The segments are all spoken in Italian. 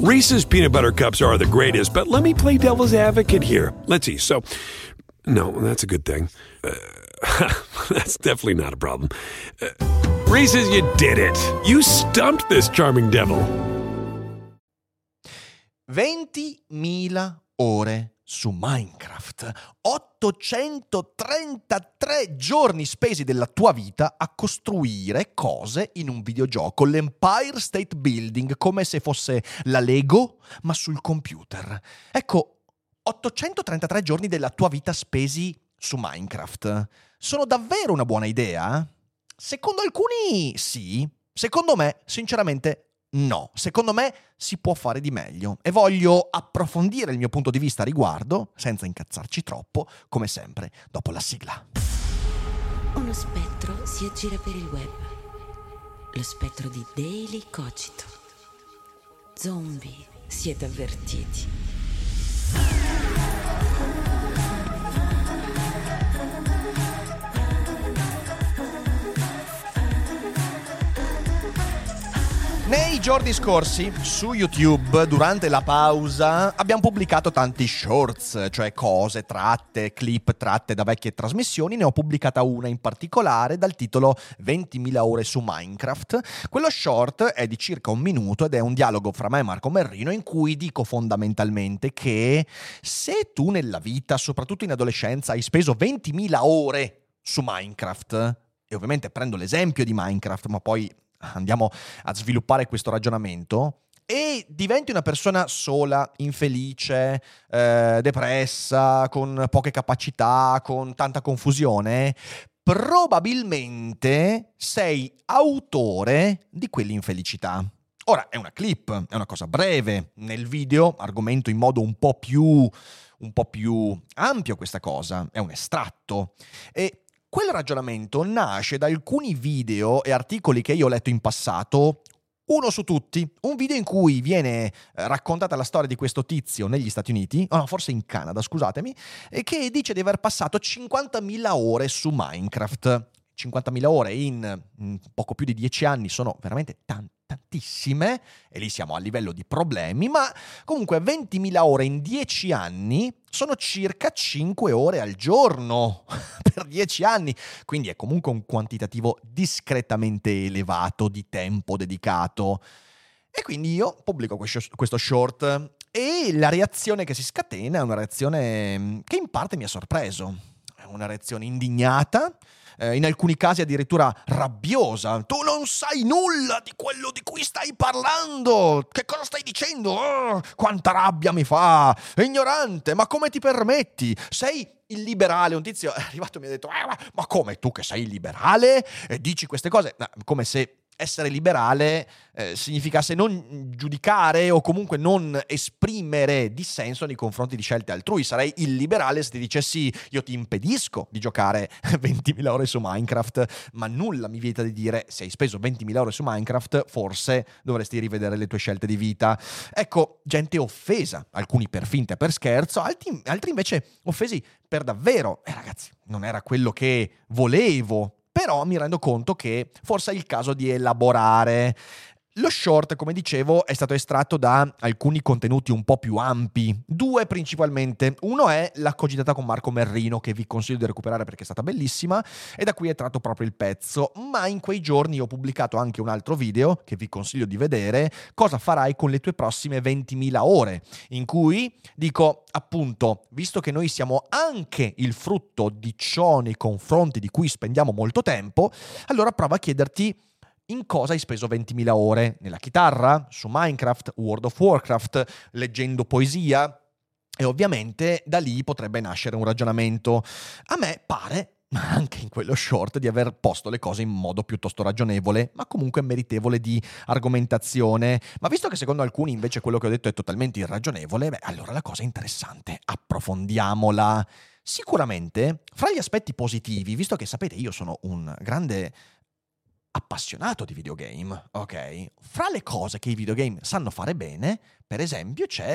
Reese's peanut butter cups are the greatest, but let me play devil's advocate here. Let's see. So, no, that's a good thing. That's definitely not a problem. Reese's, you did it. You stumped this charming devil. 20.000 ore su Minecraft, 833 giorni spesi della tua vita a costruire cose in un videogioco, l'Empire State Building, come se fosse la Lego, ma sul computer. Ecco, 833 giorni della tua vita spesi su Minecraft. Sono davvero una buona idea? Secondo alcuni sì, secondo me, sinceramente, no. Secondo me si può fare di meglio e voglio approfondire il mio punto di vista a riguardo, senza incazzarci troppo, come sempre, dopo la sigla. Uno spettro si aggira per il web. Lo spettro di Daily Cogito. Zombie, siete avvertiti. Nei giorni scorsi, su YouTube, durante la pausa, abbiamo pubblicato tanti shorts, cioè cose tratte, clip tratte da vecchie trasmissioni. Ne ho pubblicata una in particolare dal titolo 20.000 ore su Minecraft. Quello short è di circa 1 minuto ed è un dialogo fra me e Marco Merrino in cui dico fondamentalmente che se tu nella vita, soprattutto in adolescenza, hai speso 20.000 ore su Minecraft, e ovviamente prendo l'esempio di Minecraft, ma poi andiamo a sviluppare questo ragionamento, e diventi una persona sola, infelice, depressa, con poche capacità, con tanta confusione, probabilmente sei autore di quell'infelicità. Ora, è una clip, è una cosa breve. Nel video argomento in modo un po' più ampio questa cosa, è un estratto. E quel ragionamento nasce da alcuni video e articoli che io ho letto in passato, uno su tutti, un video in cui viene raccontata la storia di questo tizio negli Stati Uniti, o no, forse in Canada, scusatemi, e che dice di aver passato 50.000 ore su Minecraft. 50.000 ore in poco più di 10 anni sono veramente tantissime, e lì siamo a livello di problemi, ma comunque 20.000 ore in 10 anni sono circa 5 ore al giorno per 10 anni, quindi è comunque un quantitativo discretamente elevato di tempo dedicato. E quindi io pubblico questo short e la reazione che si scatena è una reazione che in parte mi ha sorpreso. È una reazione indignata, in alcuni casi addirittura rabbiosa. Tu non sai nulla di quello di cui stai parlando. Che cosa stai dicendo? Oh, quanta rabbia mi fa. Ignorante, ma come ti permetti? Sei il liberale. Un tizio è arrivato e mi ha detto ma come, tu che sei il liberale e dici queste cose? No, come se essere liberale significasse non giudicare o comunque non esprimere dissenso nei confronti di scelte altrui. Sarei illiberale se ti dicessi io ti impedisco di giocare 20.000 ore su Minecraft, ma nulla mi vieta di dire se hai speso 20.000 ore su Minecraft forse dovresti rivedere le tue scelte di vita. Ecco, gente offesa, alcuni per finta e per scherzo, altri invece offesi per davvero. Ragazzi, non era quello che volevo. Però mi rendo conto che forse è il caso di elaborare. Lo short, come dicevo, è stato estratto da alcuni contenuti un po' più ampi. 2 principalmente. Uno è la cogitata con Marco Merrino, che vi consiglio di recuperare perché è stata bellissima, e da cui è tratto proprio il pezzo. Ma in quei giorni ho pubblicato anche un altro video, che vi consiglio di vedere, cosa farai con le tue prossime 20.000 ore, in cui dico, appunto, visto che noi siamo anche il frutto di ciò nei confronti di cui spendiamo molto tempo, allora prova a chiederti in cosa hai speso 20.000 ore? Nella chitarra? Su Minecraft? World of Warcraft? Leggendo poesia? E ovviamente da lì potrebbe nascere un ragionamento. A me pare, anche in quello short, di aver posto le cose in modo piuttosto ragionevole, ma comunque meritevole di argomentazione. Ma visto che secondo alcuni invece quello che ho detto è totalmente irragionevole, allora la cosa è interessante. Approfondiamola. Sicuramente, fra gli aspetti positivi, visto che sapete io sono un grande appassionato di videogame, ok? Fra le cose che i videogame sanno fare bene, per esempio, c'è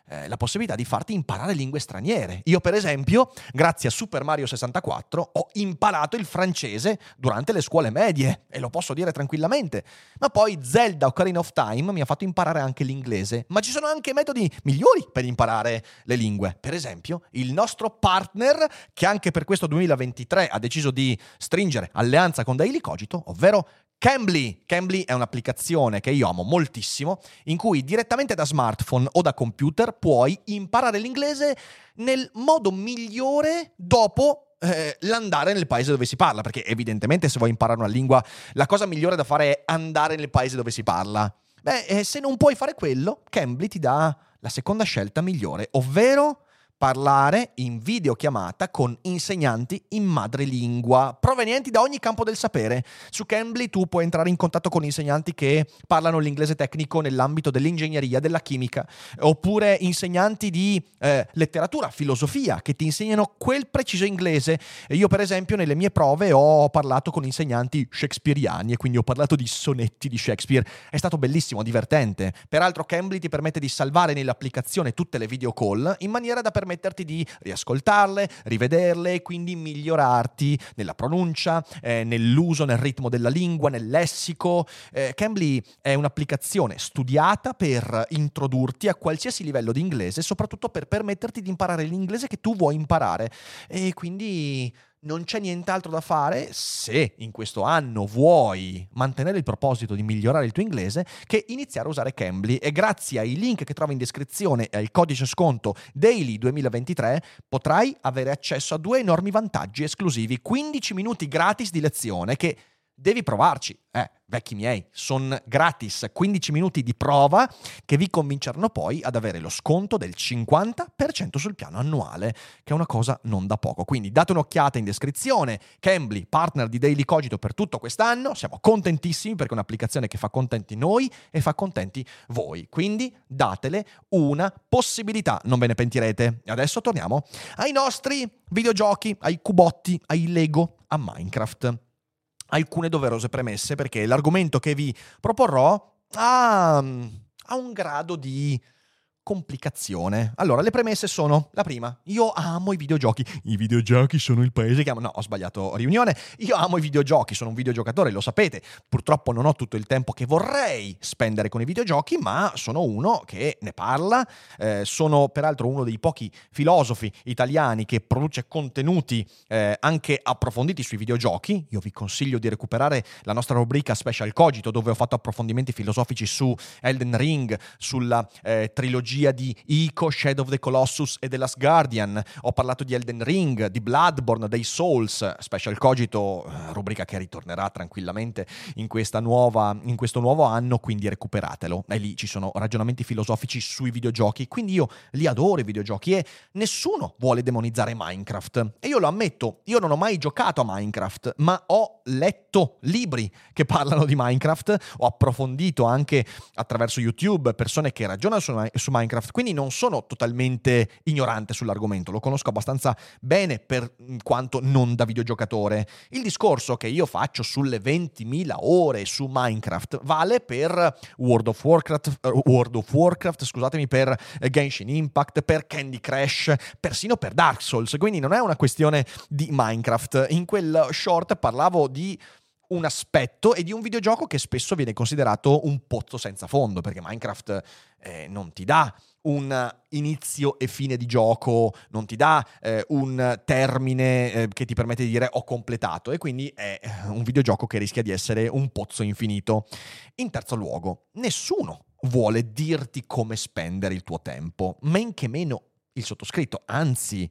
la possibilità di farti imparare lingue straniere. Io per esempio, grazie a Super Mario 64, ho imparato il francese durante le scuole medie, e lo posso dire tranquillamente. Ma poi Zelda Ocarina of Time mi ha fatto imparare anche l'inglese, ma ci sono anche metodi migliori per imparare le lingue. Per esempio, il nostro partner, che anche per questo 2023 ha deciso di stringere alleanza con Daily Cogito, ovvero Cambly. Cambly è un'applicazione che io amo moltissimo, in cui direttamente da smartphone o da computer puoi imparare l'inglese nel modo migliore dopo l'andare nel paese dove si parla, perché evidentemente se vuoi imparare una lingua la cosa migliore da fare è andare nel paese dove si parla. Se non puoi fare quello, Cambly ti dà la seconda scelta migliore, ovvero parlare in videochiamata con insegnanti in madrelingua provenienti da ogni campo del sapere. Su Cambly tu puoi entrare in contatto con insegnanti che parlano l'inglese tecnico nell'ambito dell'ingegneria, della chimica, oppure insegnanti di letteratura, filosofia, che ti insegnano quel preciso inglese. Io per esempio nelle mie prove ho parlato con insegnanti shakespeariani e quindi ho parlato di sonetti di Shakespeare. È stato bellissimo, divertente. Peraltro Cambly ti permette di salvare nell'applicazione tutte le video call in maniera da permetterti di riascoltarle, rivederle e quindi migliorarti nella pronuncia, nell'uso, nel ritmo della lingua, nel lessico. Cambly è un'applicazione studiata per introdurti a qualsiasi livello di inglese, soprattutto per permetterti di imparare l'inglese che tu vuoi imparare. E quindi non c'è nient'altro da fare, se in questo anno vuoi mantenere il proposito di migliorare il tuo inglese, che iniziare a usare Cambly. E grazie ai link che trovi in descrizione e al codice sconto Daily 2023 potrai avere accesso a 2 enormi vantaggi esclusivi: 15 minuti gratis di lezione che devi provarci. Vecchi miei, sono gratis 15 minuti di prova che vi convinceranno poi ad avere lo sconto del 50% sul piano annuale, che è una cosa non da poco. Quindi date un'occhiata in descrizione. Cambly, partner di Daily Cogito per tutto quest'anno. Siamo contentissimi perché è un'applicazione che fa contenti noi e fa contenti voi. Quindi datele una possibilità, non ve ne pentirete. E adesso torniamo ai nostri videogiochi, ai cubotti, ai Lego, a Minecraft. Alcune doverose premesse, perché l'argomento che vi proporrò ha un grado di complicazione. Allora, le premesse sono: la prima, io amo i videogiochi. I videogiochi sono il paese che amo. No, ho sbagliato riunione. Io amo i videogiochi, sono un videogiocatore, lo sapete. Purtroppo non ho tutto il tempo che vorrei spendere con i videogiochi, ma sono uno che ne parla. Sono peraltro uno dei pochi filosofi italiani che produce contenuti anche approfonditi sui videogiochi. Io vi consiglio di recuperare la nostra rubrica Special Cogito, dove ho fatto approfondimenti filosofici su Elden Ring, sulla trilogia di Ico, Shadow of the Colossus e The Last Guardian. Ho parlato di Elden Ring, di Bloodborne, dei Souls. Special Cogito, rubrica che ritornerà tranquillamente in questo nuovo anno, quindi recuperatelo. E lì ci sono ragionamenti filosofici sui videogiochi, quindi io li adoro i videogiochi e nessuno vuole demonizzare Minecraft. E io lo ammetto, io non ho mai giocato a Minecraft, ma ho letto libri che parlano di Minecraft, ho approfondito anche attraverso YouTube persone che ragionano su Minecraft, quindi non sono totalmente ignorante sull'argomento, lo conosco abbastanza bene per quanto non da videogiocatore. Il discorso che io faccio sulle 20.000 ore su Minecraft vale per World of Warcraft, scusatemi, per Genshin Impact, per Candy Crush, persino per Dark Souls, quindi non è una questione di Minecraft. In quel short parlavo di un aspetto e di un videogioco che spesso viene considerato un pozzo senza fondo, perché Minecraft non ti dà un inizio e fine di gioco, non ti dà un termine che ti permette di dire ho completato, e quindi è un videogioco che rischia di essere un pozzo infinito. In terzo luogo, nessuno vuole dirti come spendere il tuo tempo, men che meno il sottoscritto. Anzi,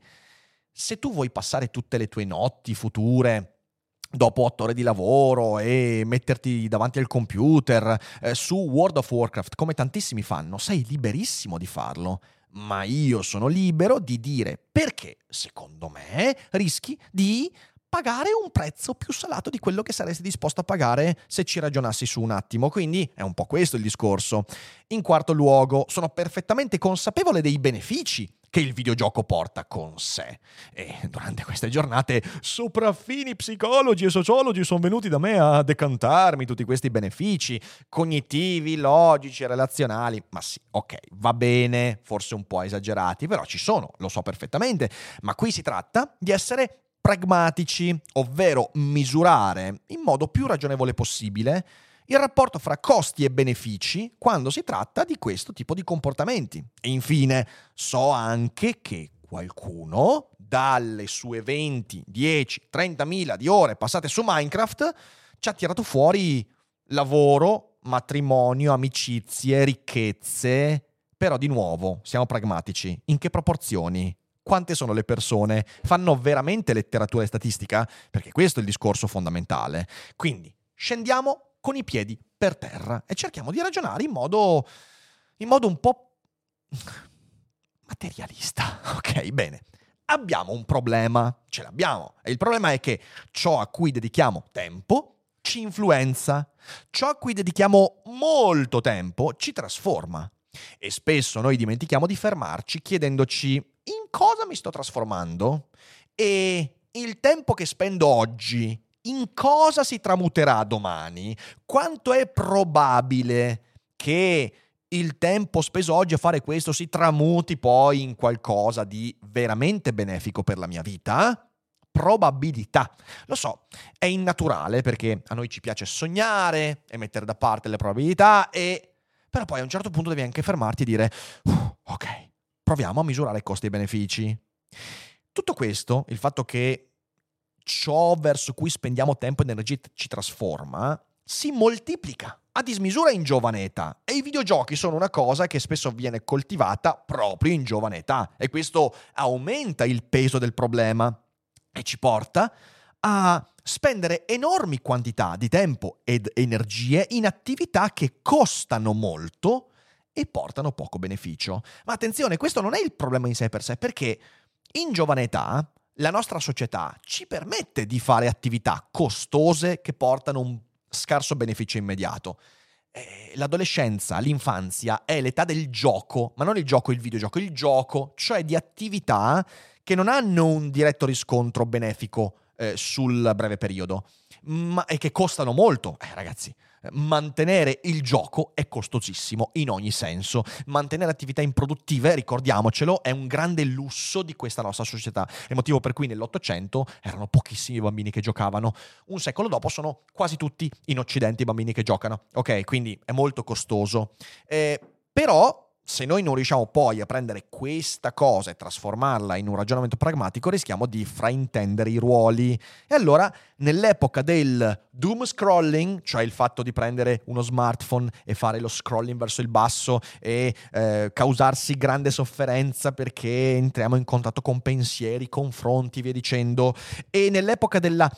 se tu vuoi passare tutte le tue notti future dopo 8 ore di lavoro e metterti davanti al computer su World of Warcraft, come tantissimi fanno, sei liberissimo di farlo. Ma io sono libero di dire perché, secondo me, rischi di pagare un prezzo più salato di quello che saresti disposto a pagare se ci ragionassi su un attimo. Quindi è un po' questo il discorso. In quarto luogo, sono perfettamente consapevole dei benefici che il videogioco porta con sé. E durante queste giornate sopraffini psicologi e sociologi sono venuti da me a decantarmi tutti questi benefici cognitivi, logici, relazionali. Ma sì, ok, va bene, forse un po' esagerati, però ci sono, lo so perfettamente. Ma qui si tratta di essere pragmatici, ovvero misurare in modo più ragionevole possibile il rapporto fra costi e benefici quando si tratta di questo tipo di comportamenti. E infine, so anche che qualcuno, dalle sue 20, 10, 30.000 di ore passate su Minecraft, ci ha tirato fuori lavoro, matrimonio, amicizie, ricchezze. Però di nuovo, siamo pragmatici. In che proporzioni? Quante sono le persone? Fanno veramente letteratura e statistica? Perché questo è il discorso fondamentale. Quindi scendiamo con i piedi per terra e cerchiamo di ragionare in modo un po' materialista. Ok, bene. Abbiamo un problema, ce l'abbiamo. E il problema è che ciò a cui dedichiamo tempo ci influenza. Ciò a cui dedichiamo molto tempo ci trasforma. E spesso noi dimentichiamo di fermarci chiedendoci: in cosa mi sto trasformando? E il tempo che spendo oggi, in cosa si tramuterà domani? Quanto è probabile che il tempo speso oggi a fare questo si tramuti poi in qualcosa di veramente benefico per la mia vita? Probabilità. Lo so, è innaturale perché a noi ci piace sognare e mettere da parte le probabilità, però poi a un certo punto devi anche fermarti e dire: ok, proviamo a misurare costi e benefici. Tutto questo, il fatto che ciò verso cui spendiamo tempo e energie ci trasforma, si moltiplica a dismisura in giovane età. E i videogiochi sono una cosa che spesso viene coltivata proprio in giovane età. E questo aumenta il peso del problema e ci porta a spendere enormi quantità di tempo ed energie in attività che costano molto e portano poco beneficio. Ma attenzione, questo non è il problema in sé per sé, perché in giovane età la nostra società ci permette di fare attività costose che portano un scarso beneficio immediato. L'adolescenza, l'infanzia è l'età del gioco, ma non il gioco, il videogioco, il gioco, cioè di attività che non hanno un diretto riscontro benefico sul breve periodo, e che costano molto. Ragazzi, mantenere il gioco è costosissimo in ogni senso. Mantenere attività improduttive, ricordiamocelo, è un grande lusso di questa nostra società. È il motivo per cui nell'Ottocento erano pochissimi i bambini che giocavano. Un secolo dopo sono quasi tutti in Occidente i bambini che giocano. Ok, quindi è molto costoso. Però se noi non riusciamo poi a prendere questa cosa e trasformarla in un ragionamento pragmatico, rischiamo di fraintendere i ruoli. E allora, nell'epoca del doom scrolling, cioè il fatto di prendere uno smartphone e fare lo scrolling verso il basso e causarsi grande sofferenza perché entriamo in contatto con pensieri, confronti, via dicendo, e nell'epoca della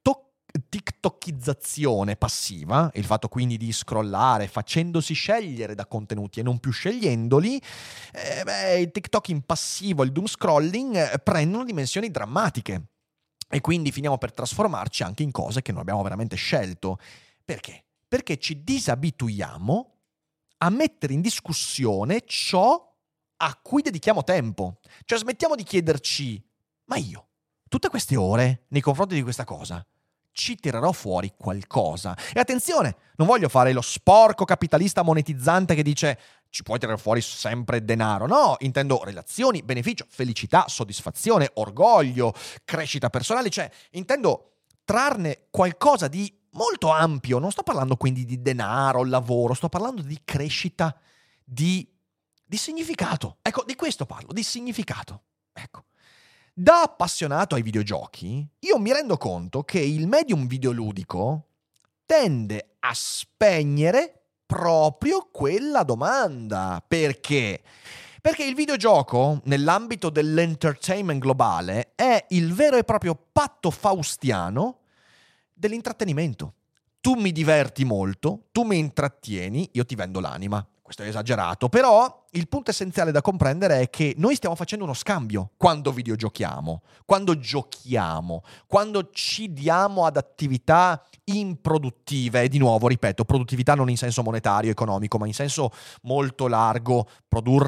tiktokizzazione passiva, il fatto quindi di scrollare facendosi scegliere da contenuti e non più scegliendoli, il TikTok in passivo, il doom scrolling prendono dimensioni drammatiche e quindi finiamo per trasformarci anche in cose che non abbiamo veramente scelto. Perché? Perché ci disabituiamo a mettere in discussione ciò a cui dedichiamo tempo. Cioè smettiamo di chiederci: ma io, tutte queste ore nei confronti di questa cosa, ci tirerò fuori qualcosa? E attenzione, non voglio fare lo sporco capitalista monetizzante che dice ci puoi tirare fuori sempre denaro. No, intendo relazioni, beneficio, felicità, soddisfazione, orgoglio, crescita personale. Cioè, intendo trarne qualcosa di molto ampio. Non sto parlando quindi di denaro, lavoro, sto parlando di crescita, di significato. Ecco, di questo parlo, di significato. Ecco. Da appassionato ai videogiochi, io mi rendo conto che il medium videoludico tende a spegnere proprio quella domanda. Perché? Perché il videogioco, nell'ambito dell'entertainment globale, è il vero e proprio patto faustiano dell'intrattenimento. Tu mi diverti molto, tu mi intrattieni, io ti vendo l'anima. Questo è esagerato, però il punto essenziale da comprendere è che noi stiamo facendo uno scambio quando videogiochiamo, quando giochiamo, quando ci diamo ad attività improduttive. E di nuovo, ripeto, produttività non in senso monetario, economico, ma in senso molto largo, produrre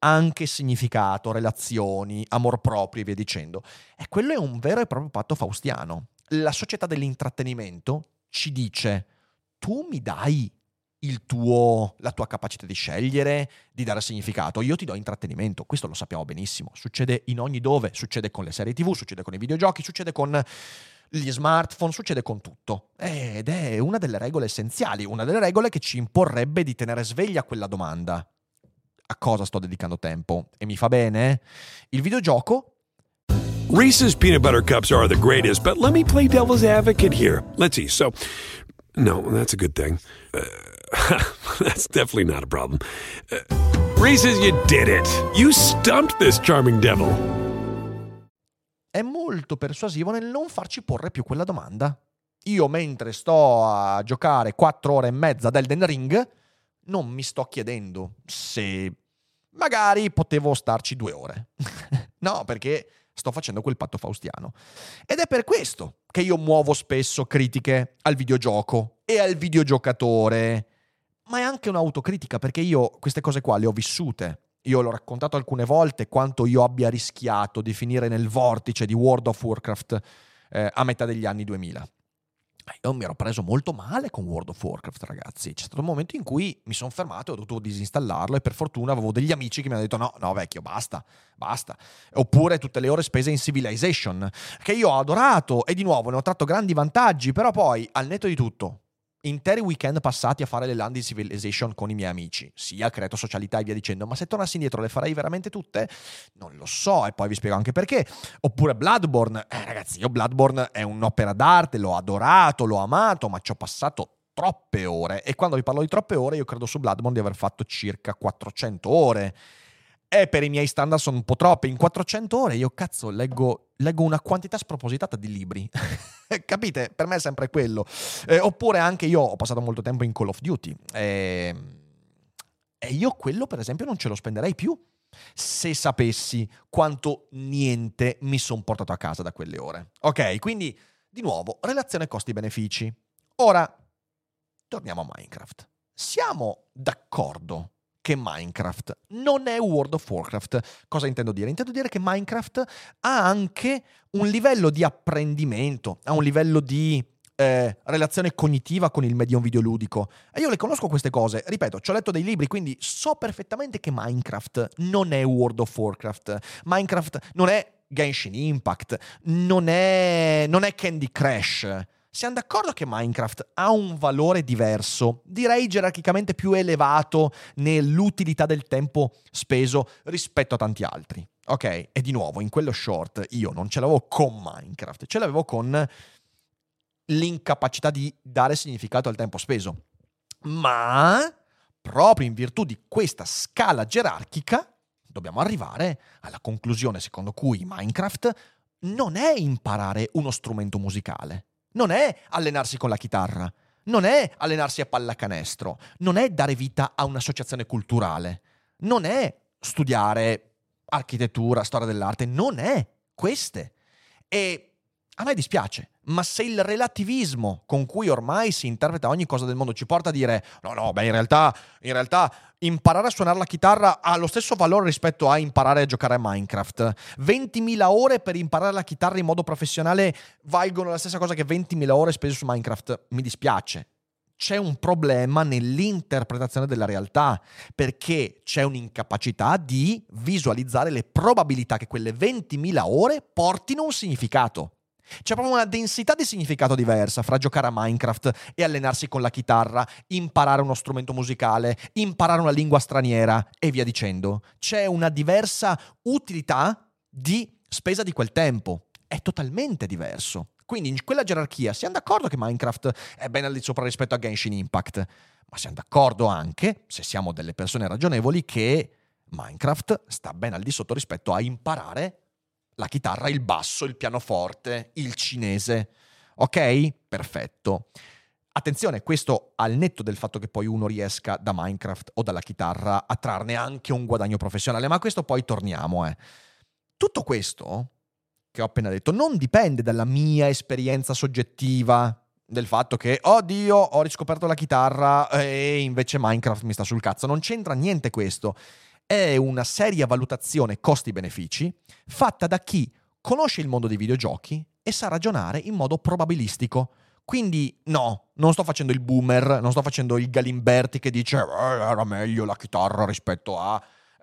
anche significato, relazioni, amor proprio e via dicendo. E quello è un vero e proprio patto faustiano. La società dell'intrattenimento ci dice: tu mi dai la tua capacità di scegliere, di dare significato, io ti do intrattenimento. Questo lo sappiamo benissimo, succede in ogni dove, succede con le serie TV, succede con i videogiochi, succede con gli smartphone, succede con tutto. Ed è una delle regole essenziali, una delle regole che ci imporrebbe di tenere sveglia quella domanda: a cosa sto dedicando tempo? E mi fa bene? Il videogioco? Reese's peanut butter cups are the greatest, but let me play devil's advocate here. Let's see. So, no, that's a good thing. That's definitely not a problem. Reese's, you did it. You stumped this charming devil. È molto persuasivo nel non farci porre più quella domanda. Io, mentre sto a giocare 4 ore e mezza ad Elden Ring, non mi sto chiedendo se magari potevo starci 2 ore. No, perché sto facendo quel patto faustiano. Ed è per questo che io muovo spesso critiche al videogioco e al videogiocatore. Ma è anche un'autocritica, perché io queste cose qua le ho vissute. Io l'ho raccontato alcune volte quanto io abbia rischiato di finire nel vortice di World of Warcraft a metà degli anni 2000. Io mi ero preso molto male con World of Warcraft, ragazzi. C'è stato un momento in cui mi sono fermato e ho dovuto disinstallarlo, e per fortuna avevo degli amici che mi hanno detto no vecchio, basta. Oppure tutte le ore spese in Civilization, che io ho adorato e di nuovo ne ho tratto grandi vantaggi, però poi, al netto di tutto, interi weekend passati a fare le LAN di Civilization con i miei amici, sia creato socialità e via dicendo, ma se tornassi indietro le farei veramente tutte? Non lo so, e poi vi spiego anche perché. Oppure Bloodborne, ragazzi, io Bloodborne è un'opera d'arte, l'ho adorato, l'ho amato, ma ci ho passato troppe ore, e quando vi parlo di troppe ore io credo su Bloodborne di aver fatto circa 400 ore, e per i miei standard sono un po' troppe. In 400 ore io cazzo leggo una quantità spropositata di libri. Capite? Per me è sempre quello. Oppure anche io ho passato molto tempo in Call of Duty. E io quello, per esempio, non ce lo spenderei più se sapessi quanto niente mi sono portato a casa da quelle ore. Ok? Quindi, di nuovo, relazione costi-benefici. Ora, torniamo a Minecraft. Siamo d'accordo che Minecraft non è World of Warcraft. Cosa intendo dire? Intendo dire che Minecraft ha anche un livello di apprendimento, ha un livello di relazione cognitiva con il medium videoludico. E io le conosco queste cose, ripeto, ci ho letto dei libri, quindi so perfettamente che Minecraft non è World of Warcraft. Minecraft non è Genshin Impact, non è Candy Crush. Siamo d'accordo che Minecraft ha un valore diverso, direi gerarchicamente più elevato nell'utilità del tempo speso rispetto a tanti altri. Ok? E di nuovo, in quello short io non ce l'avevo con Minecraft, ce l'avevo con l'incapacità di dare significato al tempo speso. Ma proprio in virtù di questa scala gerarchica dobbiamo arrivare alla conclusione secondo cui Minecraft non è imparare uno strumento musicale. Non è allenarsi con la chitarra, non è allenarsi a pallacanestro, non è dare vita a un'associazione culturale, non è studiare architettura, storia dell'arte, non è queste. E a me dispiace, ma se il relativismo con cui ormai si interpreta ogni cosa del mondo ci porta a dire in realtà imparare a suonare la chitarra ha lo stesso valore rispetto a imparare a giocare a Minecraft. 20.000 ore per imparare la chitarra in modo professionale valgono la stessa cosa che 20.000 ore spese su Minecraft. Mi dispiace. C'è un problema nell'interpretazione della realtà, perché c'è un'incapacità di visualizzare le probabilità che quelle 20.000 ore portino un significato. C'è proprio una densità di significato diversa fra giocare a Minecraft e allenarsi con la chitarra, imparare uno strumento musicale, imparare una lingua straniera e via dicendo. C'è una diversa utilità di spesa di quel tempo. È totalmente diverso. Quindi in quella gerarchia siamo d'accordo che Minecraft è ben al di sopra rispetto a Genshin Impact, ma siamo d'accordo anche, se siamo delle persone ragionevoli, che Minecraft sta ben al di sotto rispetto a imparare la chitarra, il basso, il pianoforte, il cinese. Ok? Perfetto. Attenzione, questo al netto del fatto che poi uno riesca da Minecraft o dalla chitarra a trarne anche un guadagno professionale, ma a questo poi torniamo. Tutto questo che ho appena detto non dipende dalla mia esperienza soggettiva, del fatto che, oddio, ho riscoperto la chitarra e invece Minecraft mi sta sul cazzo. Non c'entra niente questo. è una seria valutazione costi-benefici fatta da chi conosce il mondo dei videogiochi e sa ragionare in modo probabilistico. Quindi no, non sto facendo il boomer, non sto facendo il Galimberti che dice era meglio la chitarra rispetto a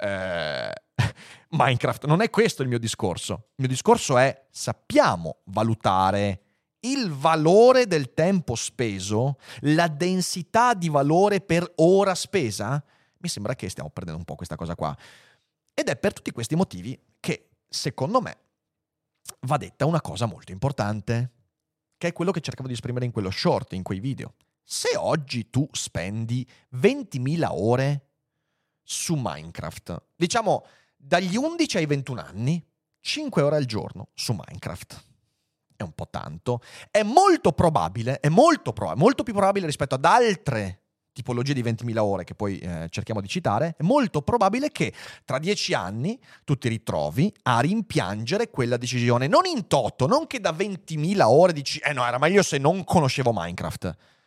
Minecraft. Non è questo il mio discorso. Il mio discorso è: sappiamo valutare il valore del tempo speso, la densità di valore per ora spesa? Mi sembra che stiamo perdendo un po' questa cosa qua. Ed è per tutti questi motivi che, secondo me, va detta una cosa molto importante, che è quello che cercavo di esprimere in quello short, in quei video. Se oggi tu spendi 20.000 ore su Minecraft, diciamo dagli 11 ai 21 anni, 5 ore al giorno su Minecraft, è un po' tanto, è molto probabile, molto più probabile rispetto ad altre tipologie di 20.000 ore che poi cerchiamo di citare, è molto probabile che tra 10 anni tu ti ritrovi a rimpiangere quella decisione, non in toto, non che da 20.000 ore dici no, era meglio se non conoscevo Minecraft.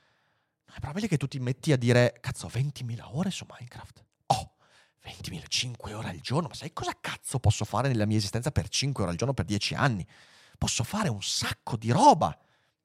È probabile che tu ti metti a dire cazzo, 20.000 ore su Minecraft? 20.000, 5 ore al giorno, ma sai cosa cazzo posso fare nella mia esistenza per 5 ore al giorno per 10 anni? Posso fare un sacco di roba.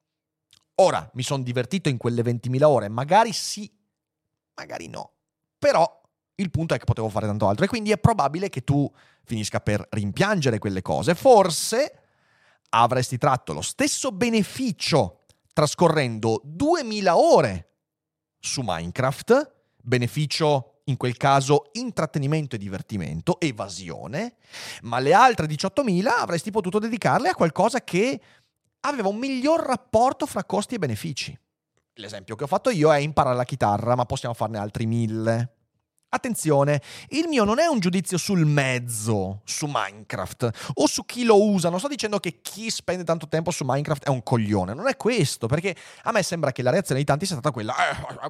Ora, mi sono divertito in quelle 20.000 ore, magari sì, magari no, però il punto è che potevo fare tanto altro e quindi è probabile che tu finisca per rimpiangere quelle cose. Forse avresti tratto lo stesso beneficio trascorrendo 2.000 ore su Minecraft, beneficio in quel caso intrattenimento e divertimento, evasione, ma le altre 18.000 avresti potuto dedicarle a qualcosa che aveva un miglior rapporto fra costi e benefici. L'esempio che ho fatto io è imparare la chitarra, ma possiamo farne altri 1.000. Attenzione, il mio non è un giudizio sul mezzo, su Minecraft, o su chi lo usa. Non sto dicendo che chi spende tanto tempo su Minecraft è un coglione, non è questo, perché a me sembra che la reazione di tanti sia stata quella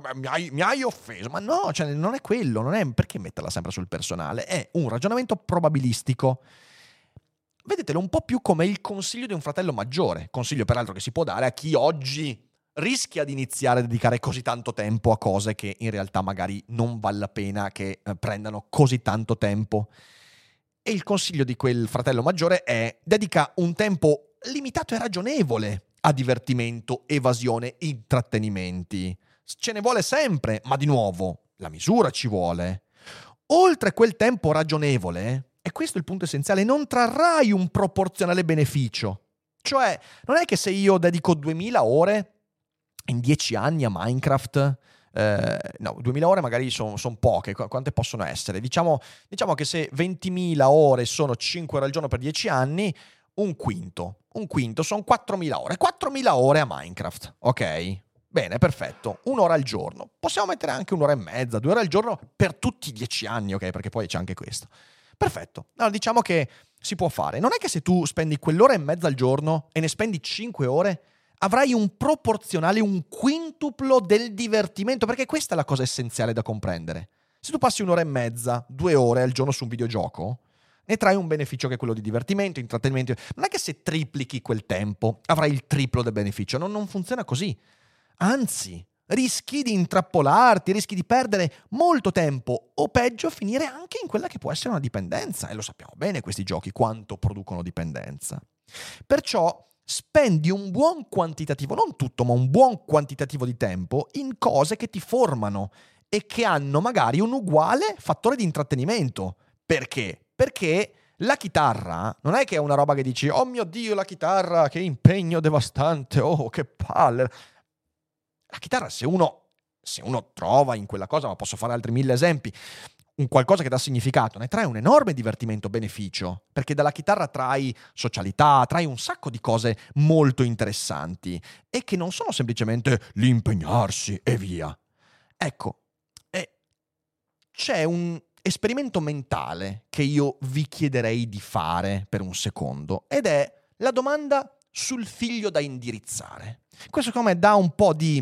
mi hai offeso, ma no, cioè non è quello, non è perché metterla sempre sul personale, è un ragionamento probabilistico. Vedetelo un po' più come il consiglio di un fratello maggiore, consiglio peraltro che si può dare a chi oggi rischia di iniziare a dedicare così tanto tempo a cose che in realtà magari non vale la pena che prendano così tanto tempo. E il consiglio di quel fratello maggiore è: dedica un tempo limitato e ragionevole a divertimento, evasione, intrattenimenti. Ce ne vuole sempre, ma di nuovo, la misura ci vuole. Oltre quel tempo ragionevole, e questo è il punto essenziale, non trarrai un proporzionale beneficio. Cioè, non è che se io dedico 2.000 ore in 10 anni a Minecraft, no, 2.000 ore magari sono poche, quante possono essere? Diciamo che se 20.000 ore sono 5 ore al giorno per 10 anni, un quinto sono 4.000 ore. 4.000 ore a Minecraft, ok? Bene, perfetto, un'ora al giorno. Possiamo mettere anche un'ora e mezza, 2 ore al giorno per tutti i 10 anni, ok? Perché poi c'è anche questo. Perfetto, allora diciamo che si può fare. Non è che se tu spendi quell'ora e mezza al giorno e ne spendi 5 ore, avrai un proporzionale, un quintuplo del divertimento, perché questa è la cosa essenziale da comprendere. Se tu passi un'ora e mezza, 2 ore al giorno su un videogioco, ne trai un beneficio che è quello di divertimento, intrattenimento. Non è che se triplichi quel tempo avrai il triplo del beneficio, non funziona così. Anzi, rischi di intrappolarti, rischi di perdere molto tempo o peggio finire anche in quella che può essere una dipendenza. E lo sappiamo bene questi giochi quanto producono dipendenza. Perciò spendi un buon quantitativo, non tutto, ma un buon quantitativo di tempo in cose che ti formano e che hanno magari un uguale fattore di intrattenimento. Perché? Perché la chitarra non è che è una roba che dici oh mio Dio, la chitarra, che impegno devastante, oh che palle. La chitarra, se uno trova in quella cosa, ma posso fare altri 1.000 esempi, un qualcosa che dà significato, ne trae un enorme divertimento, beneficio, perché dalla chitarra trai socialità, trai un sacco di cose molto interessanti e che non sono semplicemente l'impegnarsi e via. Ecco, c'è un esperimento mentale che io vi chiederei di fare per un secondo ed è la domanda sul figlio da indirizzare. Questo secondo me dà un po' di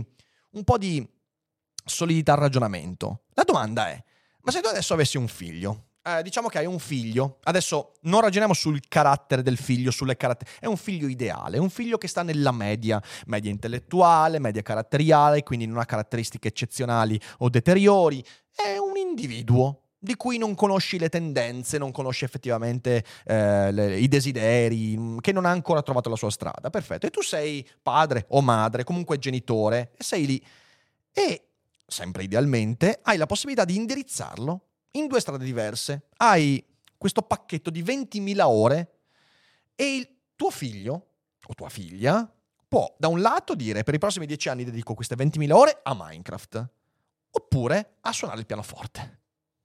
solidità al ragionamento. La domanda è: ma se tu adesso avessi un figlio, diciamo che hai un figlio, adesso non ragioniamo sul carattere del figlio, è un figlio ideale, un figlio che sta nella media intellettuale, media caratteriale, quindi non ha caratteristiche eccezionali o deteriori, è un individuo di cui non conosci le tendenze, non conosci effettivamente i desideri, che non ha ancora trovato la sua strada. Perfetto. E tu sei padre o madre, comunque genitore, e sei lì. E, sempre idealmente, hai la possibilità di indirizzarlo in 2 strade diverse. Hai questo pacchetto di 20.000 ore e il tuo figlio o tua figlia può, da un lato, dire: per i prossimi 10 anni dedico queste 20.000 ore a Minecraft, oppure a suonare il pianoforte.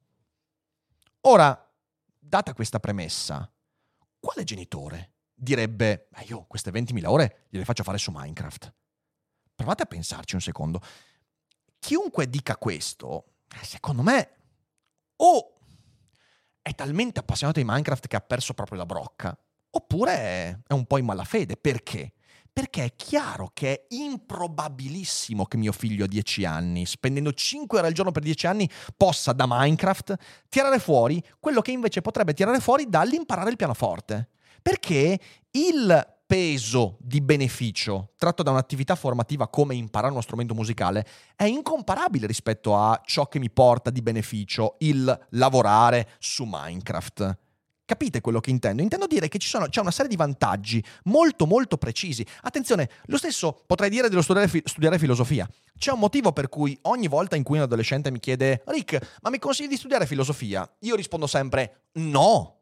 Ora, data questa premessa, quale genitore direbbe: io queste 20.000 ore gliele faccio fare su Minecraft? Provate a pensarci un secondo. Chiunque dica questo, secondo me, o è talmente appassionato di Minecraft che ha perso proprio la brocca, oppure è un po' in malafede. Perché? Perché è chiaro che è improbabilissimo che mio figlio a 10 anni, spendendo 5 ore al giorno per 10 anni, possa da Minecraft tirare fuori quello che invece potrebbe tirare fuori dall'imparare il pianoforte. Perché il peso di beneficio tratto da un'attività formativa come imparare uno strumento musicale è incomparabile rispetto a ciò che mi porta di beneficio il lavorare su Minecraft. Capite quello che intendo? Intendo dire che c'è una serie di vantaggi molto molto precisi. Attenzione, lo stesso potrei dire dello studiare filosofia. C'è un motivo per cui ogni volta in cui un adolescente mi chiede: Rick, ma mi consigli di studiare filosofia? Io rispondo sempre: no.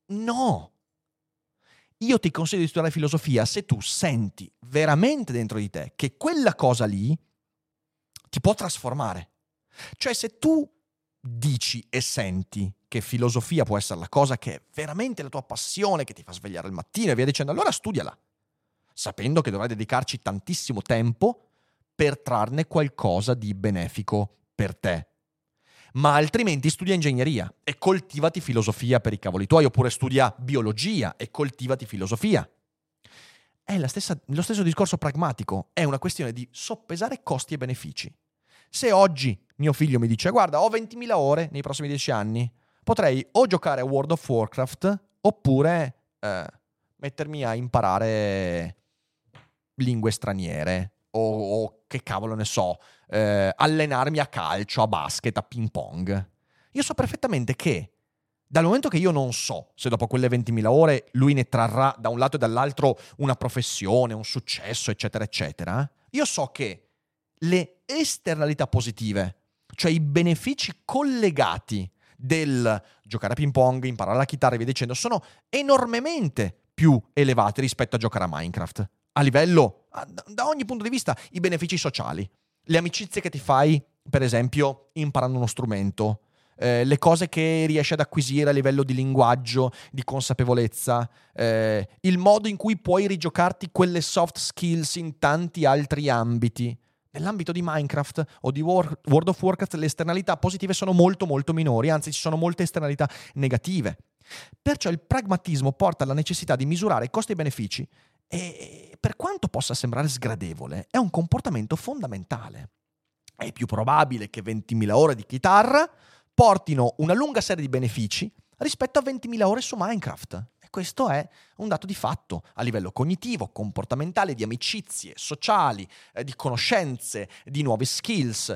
Io ti consiglio di studiare filosofia se tu senti veramente dentro di te che quella cosa lì ti può trasformare. Cioè, se tu dici e senti che filosofia può essere la cosa che è veramente la tua passione, che ti fa svegliare al mattino e via dicendo, allora studiala, sapendo che dovrai dedicarci tantissimo tempo per trarne qualcosa di benefico per te. Ma altrimenti studia ingegneria e coltivati filosofia per i cavoli tuoi, oppure studia biologia e coltivati filosofia. È lo stesso discorso pragmatico, è una questione di soppesare costi e benefici. Se oggi mio figlio mi dice: guarda, ho 20.000 ore nei prossimi 10 anni, potrei o giocare a World of Warcraft oppure mettermi a imparare lingue straniere o che cavolo ne so, allenarmi a calcio, a basket, a ping pong. Io so perfettamente che dal momento che io non so se dopo quelle 20.000 ore lui ne trarrà da un lato e dall'altro una professione, un successo, eccetera, eccetera, io so che le esternalità positive, cioè i benefici collegati del giocare a ping pong, imparare la chitarra e via dicendo, sono enormemente più elevati rispetto a giocare a Minecraft. A livello, da ogni punto di vista, i benefici sociali, le amicizie che ti fai, per esempio, imparando uno strumento, le cose che riesci ad acquisire a livello di linguaggio, di consapevolezza, il modo in cui puoi rigiocarti quelle soft skills in tanti altri ambiti. Nell'ambito di Minecraft o di World of Warcraft le esternalità positive sono molto molto minori, anzi ci sono molte esternalità negative. Perciò il pragmatismo porta alla necessità di misurare costi e benefici e, per quanto possa sembrare sgradevole, è un comportamento fondamentale. È più probabile che 20.000 ore di chitarra portino una lunga serie di benefici rispetto a 20.000 ore su Minecraft. E questo è un dato di fatto a livello cognitivo, comportamentale, di amicizie, sociali, di conoscenze, di nuove skills.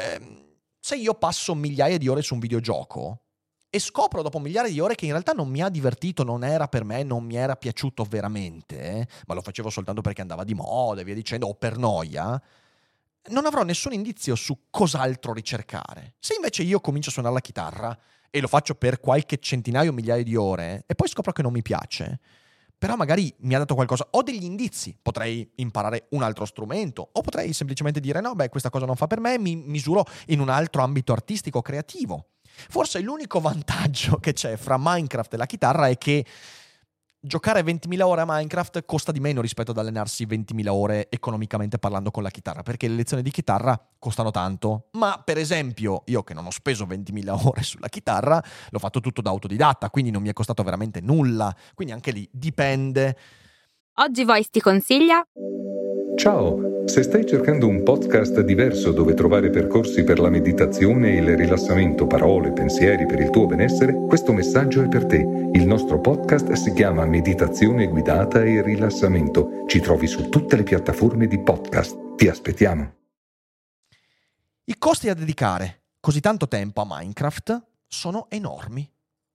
Se io passo migliaia di ore su un videogioco e scopro dopo migliaia di ore che in realtà non mi ha divertito, non era per me, non mi era piaciuto veramente, ma lo facevo soltanto perché andava di moda e via dicendo, o per noia, non avrò nessun indizio su cos'altro ricercare. Se invece io comincio a suonare la chitarra e lo faccio per qualche centinaio o migliaia di ore e poi scopro che non mi piace, però magari mi ha dato qualcosa, ho degli indizi, potrei imparare un altro strumento o potrei semplicemente dire no, questa cosa non fa per me, mi misuro in un altro ambito artistico creativo. Forse l'unico vantaggio che c'è fra Minecraft e la chitarra è che giocare 20.000 ore a Minecraft costa di meno rispetto ad allenarsi 20.000 ore economicamente parlando con la chitarra, perché le lezioni di chitarra costano tanto. Ma per esempio io che non ho speso 20.000 ore sulla chitarra, l'ho fatto tutto da autodidatta, quindi non mi è costato veramente nulla, quindi anche lì dipende. Oggi Voice ti consiglia... Ciao, se stai cercando un podcast diverso dove trovare percorsi per la meditazione e il rilassamento, parole, pensieri per il tuo benessere, questo messaggio è per te. Il nostro podcast si chiama Meditazione guidata e rilassamento. Ci trovi su tutte le piattaforme di podcast. Ti aspettiamo. I costi da dedicare così tanto tempo a Minecraft sono enormi.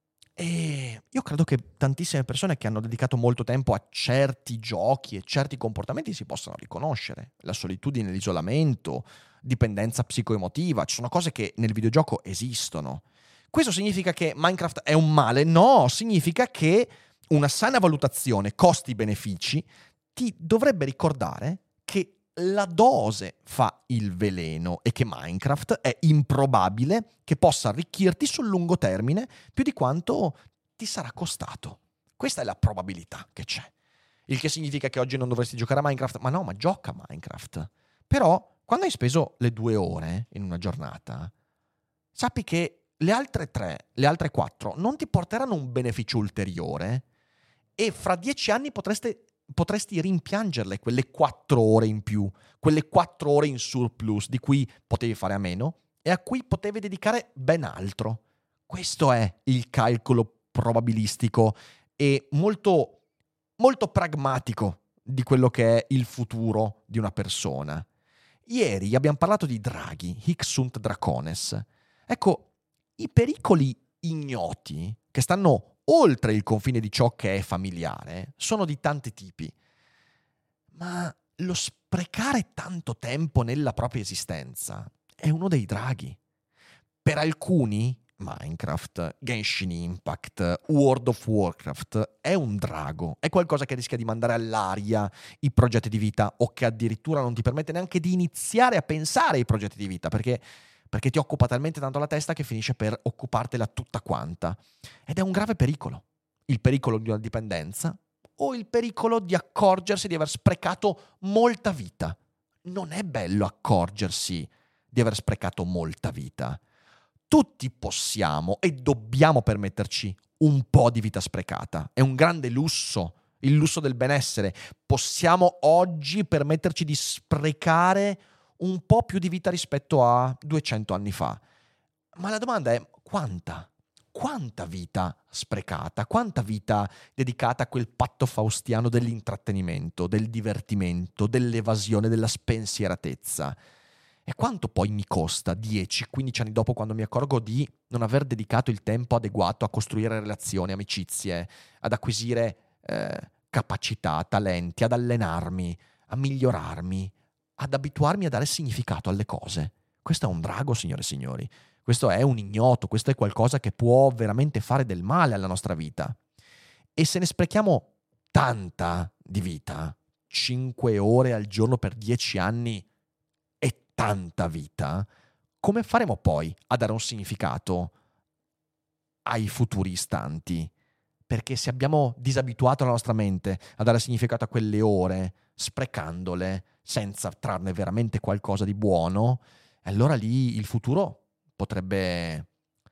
E io credo che tantissime persone che hanno dedicato molto tempo a certi giochi e certi comportamenti si possano riconoscere. La solitudine, l'isolamento, dipendenza psicoemotiva, ci sono cose che nel videogioco esistono. Questo significa che Minecraft è un male? No, significa che una sana valutazione costi-benefici ti dovrebbe ricordare che la dose fa il veleno e che Minecraft è improbabile che possa arricchirti sul lungo termine più di quanto ti sarà costato. Questa è la probabilità che c'è. Il che significa che oggi non dovresti giocare a Minecraft? Ma no, ma gioca a Minecraft. Però, quando hai speso le 2 ore in una giornata, sappi che le altre 3, le altre 4 non ti porteranno un beneficio ulteriore e fra 10 anni potresti rimpiangerle quelle 4 ore in più, quelle 4 ore in surplus di cui potevi fare a meno e a cui potevi dedicare ben altro. Questo è il calcolo probabilistico e molto, molto pragmatico di quello che è il futuro di una persona. Ieri abbiamo parlato di draghi, hic sunt dracones. Ecco, i pericoli ignoti che stanno oltre il confine di ciò che è familiare, sono di tanti tipi. Ma lo sprecare tanto tempo nella propria esistenza è uno dei draghi. Per alcuni, Minecraft, Genshin Impact, World of Warcraft è un drago, è qualcosa che rischia di mandare all'aria i progetti di vita o che addirittura non ti permette neanche di iniziare a pensare ai progetti di vita, perché ti occupa talmente tanto la testa che finisce per occupartela tutta quanta. Ed è un grave pericolo. Il pericolo di una dipendenza o il pericolo di accorgersi di aver sprecato molta vita. Non è bello accorgersi di aver sprecato molta vita. Tutti possiamo e dobbiamo permetterci un po' di vita sprecata. È un grande lusso, il lusso del benessere. Possiamo oggi permetterci di sprecare un po' più di vita rispetto a 200 anni fa. Ma la domanda è quanta? Quanta vita sprecata? Quanta vita dedicata a quel patto faustiano dell'intrattenimento, del divertimento, dell'evasione, della spensieratezza? E quanto poi mi costa 10-15 anni dopo, quando mi accorgo di non aver dedicato il tempo adeguato a costruire relazioni, amicizie, ad acquisire capacità, talenti, ad allenarmi, a migliorarmi, ad abituarmi a dare significato alle cose. Questo è un drago, signore e signori. Questo è un ignoto, questo è qualcosa che può veramente fare del male alla nostra vita. E se ne sprechiamo tanta di vita, 5 ore al giorno per 10 anni è tanta vita, come faremo poi a dare un significato ai futuri istanti? Perché se abbiamo disabituato la nostra mente a dare significato a quelle ore, sprecandole, senza trarne veramente qualcosa di buono, allora lì il futuro potrebbe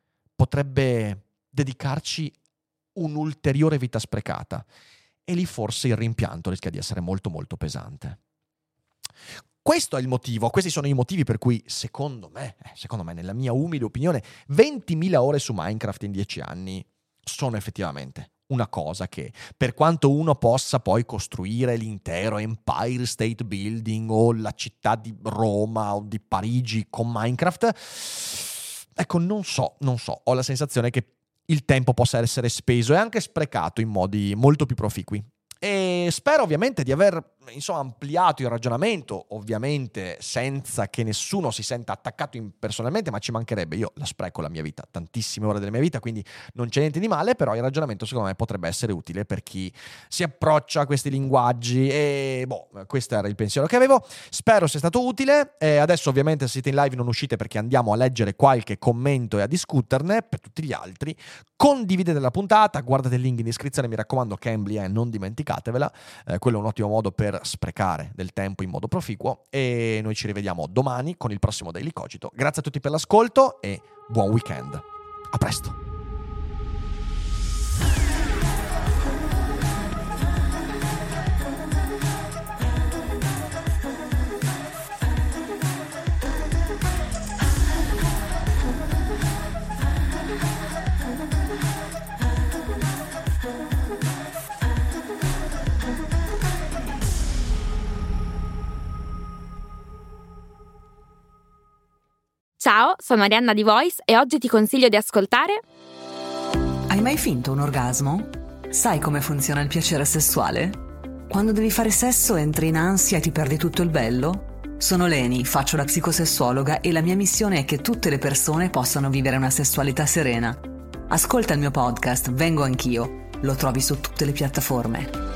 dedicarci un'ulteriore vita sprecata e lì forse il rimpianto rischia di essere molto molto pesante. Questo è il motivo, questi sono i motivi per cui secondo me, nella mia umile opinione, 20.000 ore su Minecraft in 10 anni sono effettivamente una cosa che, per quanto uno possa poi costruire l'intero Empire State Building o la città di Roma o di Parigi con Minecraft, ecco, non so, ho la sensazione che il tempo possa essere speso e anche sprecato in modi molto più proficui. E spero ovviamente di aver ampliato il ragionamento, ovviamente senza che nessuno si senta attaccato personalmente, ma ci mancherebbe, io la spreco la mia vita, tantissime ore della mia vita, quindi non c'è niente di male, però il ragionamento secondo me potrebbe essere utile per chi si approccia a questi linguaggi e questo era il pensiero che avevo, spero sia stato utile. Adesso ovviamente se siete in live non uscite perché andiamo a leggere qualche commento e a discuterne. Per tutti gli altri condividete la puntata, guardate il link in descrizione, mi raccomando, Cambly non dimenticatevela, quello è un ottimo modo per sprecare del tempo in modo proficuo e noi ci rivediamo domani con il prossimo Daily Cogito. Grazie a tutti per l'ascolto e buon weekend. A presto. Ciao, Ciao, sono Arianna di Voice e oggi ti consiglio di ascoltare... Hai mai finto un orgasmo? Sai come funziona il piacere sessuale? Quando devi fare sesso entri in ansia e ti perdi tutto il bello? Sono Leni, faccio la psicosessuologa e la mia missione è che tutte le persone possano vivere una sessualità serena. Ascolta il mio podcast Vengo Anch'io, lo trovi su tutte le piattaforme.